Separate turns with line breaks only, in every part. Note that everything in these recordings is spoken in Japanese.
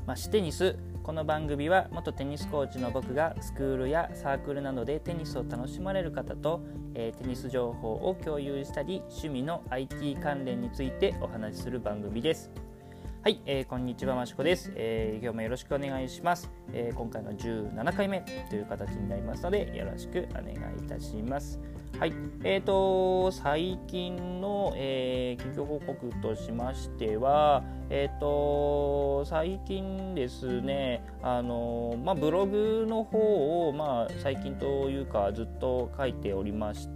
マシテニス。この番組は元テニスコーチの僕がスクールやサークルなどでテニスを楽しまれる方と、テニス情報を共有したり、趣味の IT 関連についてお話しする番組です。はい、こんにちは、マシコです。今日もよろしくお願いします。今回の17回目という形になりますのでよろしくお願いいたします。はい、最近の、近況報告としましては、最近ですね、ブログの方を、最近というかずっと書いておりまして、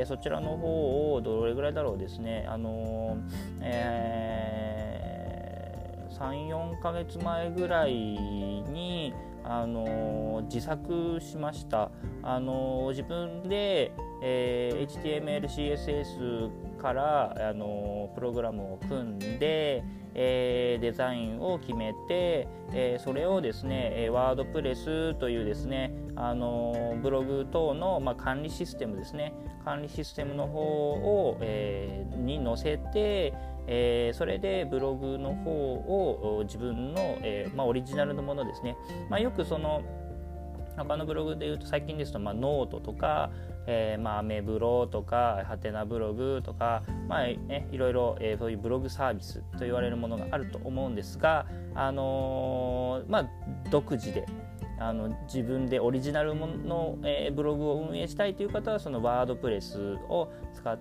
そちらの方をどれぐらいだろうですね、3、4ヶ月前ぐらいに自作しました。自分で、HTML、CSS からプログラムを組んで、デザインを決めて、それをですね、ワードプレスというですね、ブログ等の、管理システムですね、管理システムの方を、に載せて、それでブログの方を自分の、オリジナルのものですね、よくその他のブログでいうと最近ですと、ノートとか、アメブロとかハテナブログとか、いろいろ、そういうブログサービスと言われるものがあると思うんですが、独自で自分でオリジナルの、ブログを運営したいという方はそのワードプレスを使って、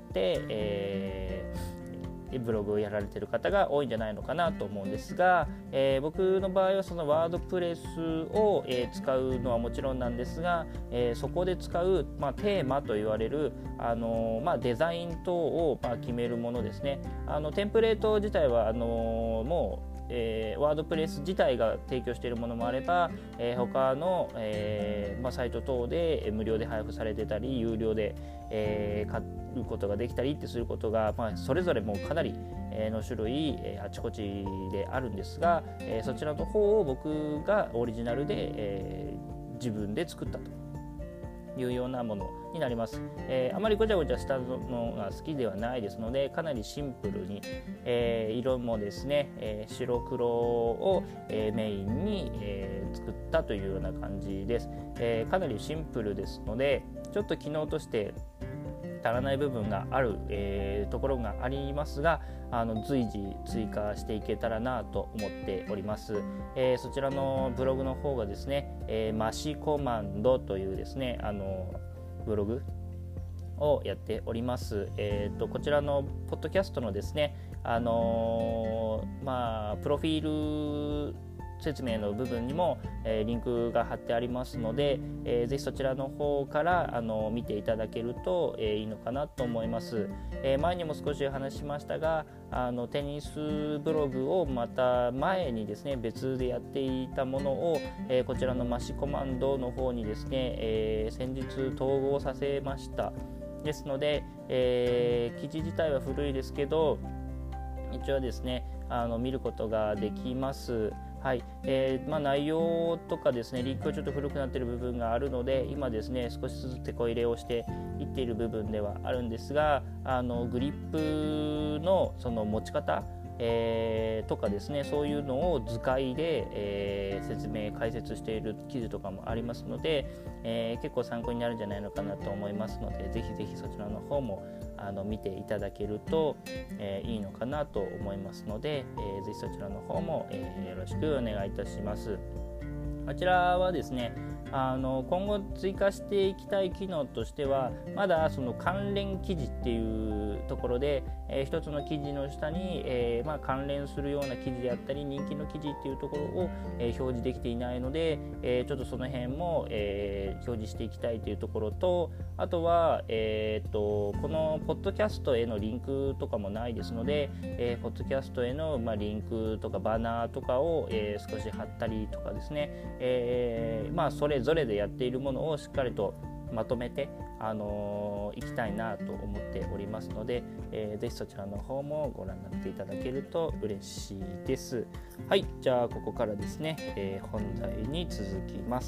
ブログをやられている方が多いんじゃないのかなと思うんですが、僕の場合はそのワードプレスを、使うのはもちろんなんですが、そこで使う、テーマと言われるデザイン等を、決めるものですね。テンプレート自体はもうワードプレス自体が提供しているものもあれば、他の、サイト等で無料で配布されてたり有料で、買うことができたりってすることが、それぞれもうかなりの種類、あちこちであるんですが、そちらの方を僕がオリジナルで、自分で作ったというようなものになります。あまりごちゃごちゃしたのが好きではないですので、かなりシンプルに、色もですね、白黒を、メインに、作ったというような感じです。かなりシンプルですので、ちょっと機能として足らない部分がある、ところがありますが、随時追加していけたらなと思っております。そちらのブログの方がですね、マシコマンドというですね、ブログをやっております。こちらのポッドキャストのですね、プロフィール説明の部分にも、リンクが貼ってありますので、ぜひそちらの方から見ていただけると、いいのかなと思います。前にも少し話しましたが、テニスブログをまた前にですね別でやっていたものを、こちらのマシコマンドの方にですね、先日統合させました。ですので、記事自体は古いですけど一応ですね見ることができます。はい、内容とかですねリンクがちょっと古くなっている部分があるので今ですね少しずつ手こ入れをしていっている部分ではあるんですが、グリップのその持ち方、とかですねそういうのを図解で、解説している記事とかもありますので、結構参考になるんじゃないのかなと思いますのでぜひぜひそちらの方も見ていただけると、いいのかなと思いますので、ぜひそちらの方も、よろしくお願いいたします。こちらはですね今後追加していきたい機能としてはまだその関連記事っていうところで、一つの記事の下に、関連するような記事であったり人気の記事っていうところを、表示できていないので、ちょっとその辺も、表示していきたいというところとあとは、このポッドキャストへのリンクとかもないですので、ポッドキャストへの、リンクとかバナーとかを、少し貼ったりとかですね、それぞれでやっているものをしっかりとまとめて、いきたいなと思っておりますので、ぜひそちらの方もご覧になっていただけると嬉しいです。はい、じゃあここからですね、本題に続きます。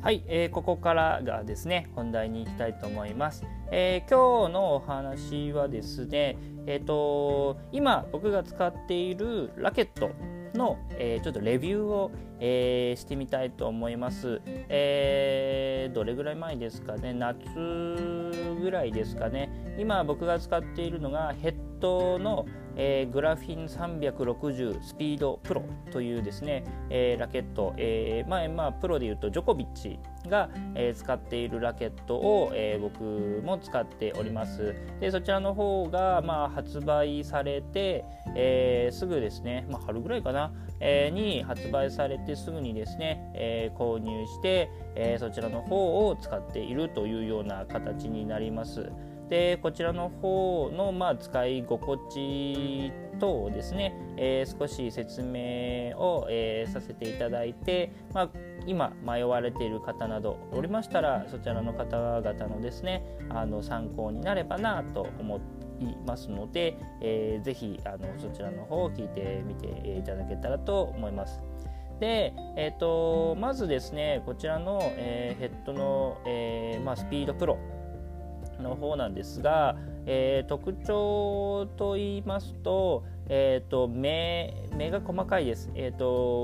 はい、ここからがですね本題に行きたいと思います。今日のお話はですね、今僕が使っているラケットの、ちょっとレビューを、してみたいと思います。どれぐらい前ですかね、夏ぐらいですかね。今僕が使っているのがヘッドの、グラフィン360スピードプロというですね、ラケット、プロでいうとジョコビッチが、使っているラケットを、僕も使っております。でそちらの方が、発売されて、すぐですね、春ぐらいかな、に発売されてすぐにですね、購入して、そちらの方を使っているというような形になります。でこちらの方の、使い心地等をですね、少し説明を、させていただいて、今迷われている方などおりましたらそちらの方々のですね参考になればなと思いますので、ぜひそちらの方を聞いてみていただけたらと思います。で、まずですねこちらの、ヘッドの、スピードプロの方なんですが、特徴と言いますと、目が細かいです。ガ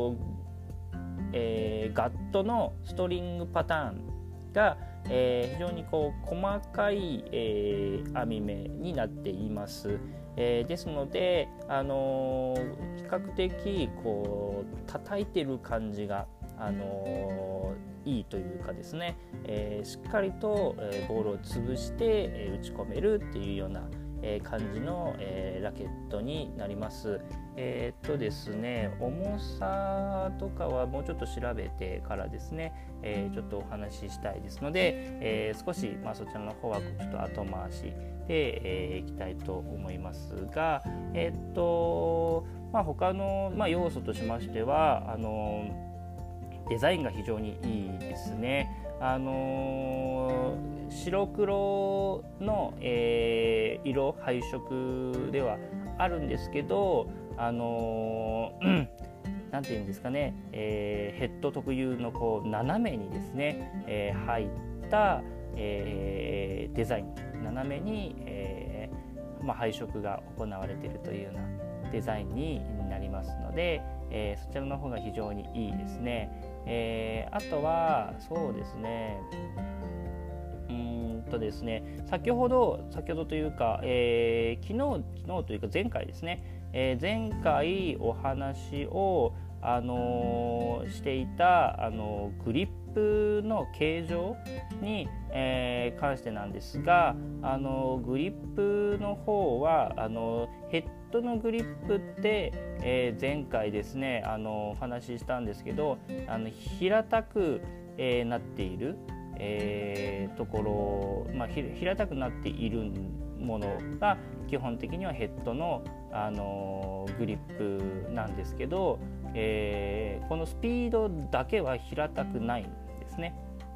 ットのストリングパターンが、非常に細かい、編み目になっています。ですので、比較的叩いてる感じが、いいというかですね、しっかりと、ボールを潰して、打ち込めるっていうような、感じの、ラケットになります。ですね、重さとかはもうちょっと調べてからですね、ちょっとお話ししたいですので、少し、そちらの方はちょっと後回しで、いきたいと思いますが、他の、要素としましてはデザインが非常にいいですね。白黒の、色配色ではあるんですけど、なんていうんですかね、ヘッド特有の斜めにですね、入った、デザイン、斜めに、配色が行われているというようなデザインになりますので、そちらの方が非常にいいですね。あとはそうですね、先ほどというか、昨日というか前回ですね、前回お話を、していたグリップの形状に、関してなんですが、グリップの方はヘッドのグリップって、前回ですねお話ししたんですけど平たく、なっている、ところ、平たくなっているものが基本的にはヘッドの、グリップなんですけど、このスピードだけは平たくないんですね。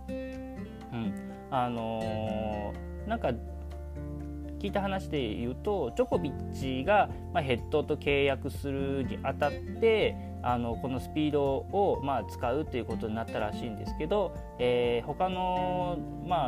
なんか聞いた話で言うとジョコビッチが、ヘッドと契約するにあたってこのスピードを、使うということになったらしいんですけど、他の、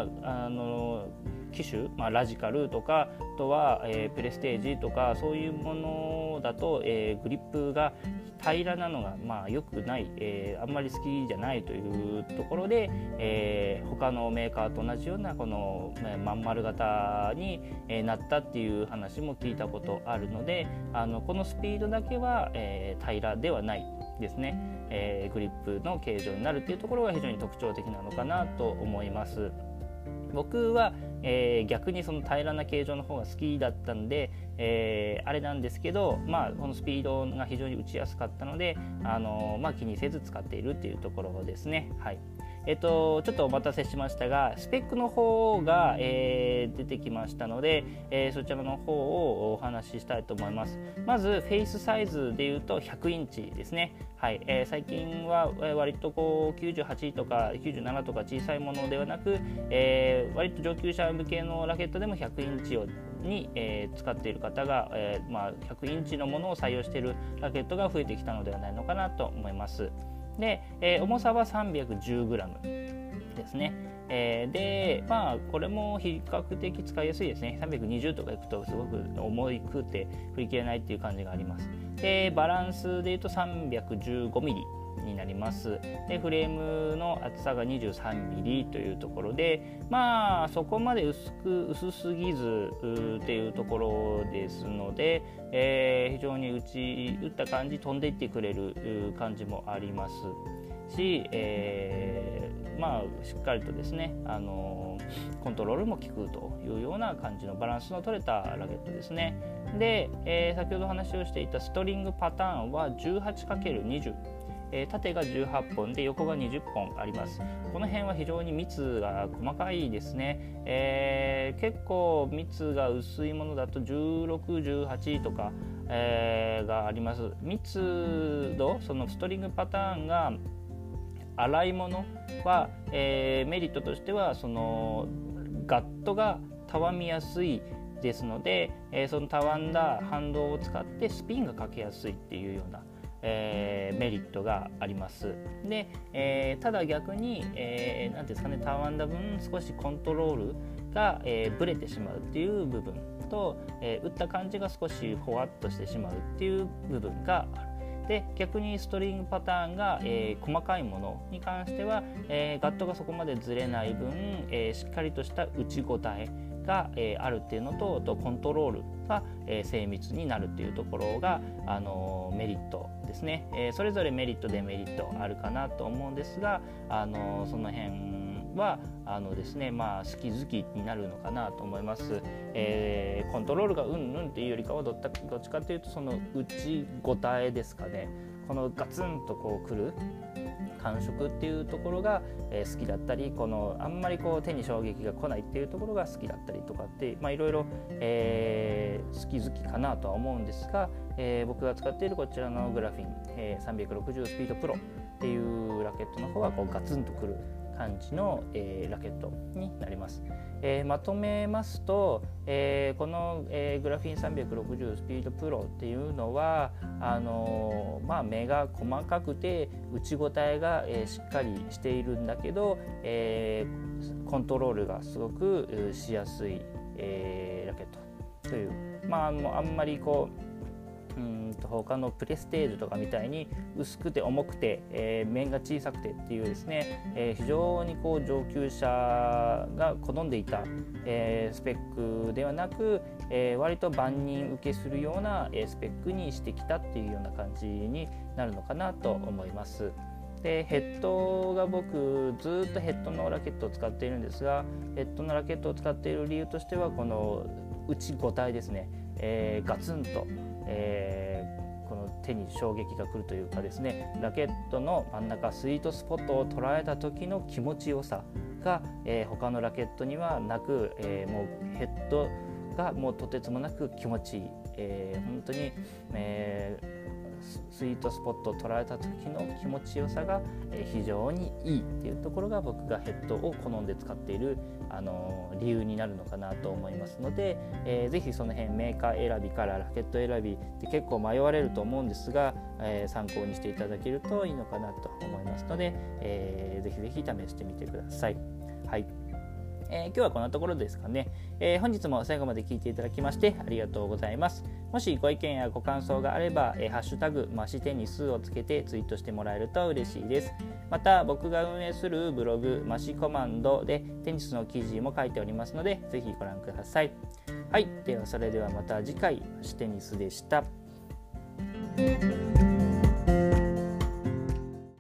機種、ラジカルとかあとは、プレステージとかそういうものだと、グリップが平らなのが良くない、あんまり好きじゃないというところで、他のメーカーと同じようなこのまん丸型になったっていう話も聞いたことあるのでこのスピードだけは、平らではないですね、グリップの形状になるっていうところが非常に特徴的なのかなと思います。僕は、逆にその平らな形状の方が好きだったんで、あれなんですけど、このスピードが非常に打ちやすかったので気にせず使っているっていうところですね。はい。ちょっとお待たせしましたがスペックの方が、出てきましたので、そちらの方をお話ししたいと思います。まずフェイスサイズでいうと100インチですね。はい。最近は割と98とか97とか小さいものではなく、割と上級者向けのラケットでも100インチに、使っている方が、100インチのものを採用しているラケットが増えてきたのではないのかなと思います。で、重さは 310g ですね。でこれも比較的使いやすいですね。320とかいくとすごく重くて振り切れないっていう感じがあります。でバランスでいうと 315mmになります。でフレームの厚さが 23mm というところでそこまで薄すぎずっていうところですので、非常に打った感じ飛んでいってくれる感じもありますし、しっかりとですね、コントロールも効くというような感じのバランスの取れたラケットですね。で、先ほど話をしていたストリングパターンは 18×20、縦が18本で横が20本あります。この辺は非常に蜜が細かいですね。結構蜜が薄いものだと16、18とか、があります。密度、そのストリングパターンが粗いものは、メリットとしてはそのガットがたわみやすいですので、そのたわんだ反動を使ってスピンがかけやすいっていうようなメリットがあります。で、ただ逆に、なんていうんですかね、たわんだ分少しコントロールが、ブレてしまうっていう部分と、打った感じが少しほわっとしてしまうっていう部分がある。で逆にストリングパターンが、細かいものに関しては、ガットがそこまでずれない分、しっかりとした打ち応えが、あるっていうのとコントロールが、精密になるっていうところが、メリットですね。それぞれメリットデメリットあるかなと思うんですが、その辺はですね、好き好きになるのかなと思います。コントロールがうんぬんっていうよりかはどっちかというとその打ち応えですかね。このガツンとこうくる感触っていうところが、好きだったり、このあんまりこう手に衝撃が来ないっていうところが好きだったりとかっていろいろ好き好きかなとは思うんですが、僕が使っているこちらのグラフィン、360スピードプロっていうラケットの方はこうガツンとくる感じの、ラケットになります。まとめますと、この、グラフィン360スピードプロっていうのは目が細かくて打ち応えが、しっかりしているんだけど、コントロールがすごくしやすい、ラケットという、あんまりこう他のプレステージとかみたいに薄くて重くて、面が小さくてっていうですね、非常にこう上級者が好んでいた、スペックではなく、割と万人受けするような、スペックにしてきたっていうような感じになるのかなと思います。でヘッドが僕ずっとヘッドのラケットを使っているんですが、ヘッドのラケットを使っている理由としてはこの打ち応えですね、ガツンとこの手に衝撃が来るというかですね、ラケットの真ん中スイートスポットを捉えた時の気持ちよさが、他のラケットにはなく、もうヘッドがもうとてつもなく気持ちいい、本当に、スイートスポットを捉えた時の気持ちよさが非常にいいっていうところが僕がヘッドを好んで使っている理由になるのかなと思いますので、ぜひその辺メーカー選びからラケット選びって結構迷われると思うんですが、参考にしていただけるといいのかなと思いますので、ぜひぜひ試してみてください。はい、今日はこんなところですかね。本日も最後まで聞いていただきましてありがとうございます。もしご意見やご感想があれば、ハッシュタグマシテニスをつけてツイートしてもらえると嬉しいです。また僕が運営するブログマシコマンドでテニスの記事も書いておりますので、ぜひご覧ください。はい、ではそれではまた次回マシテニスでした。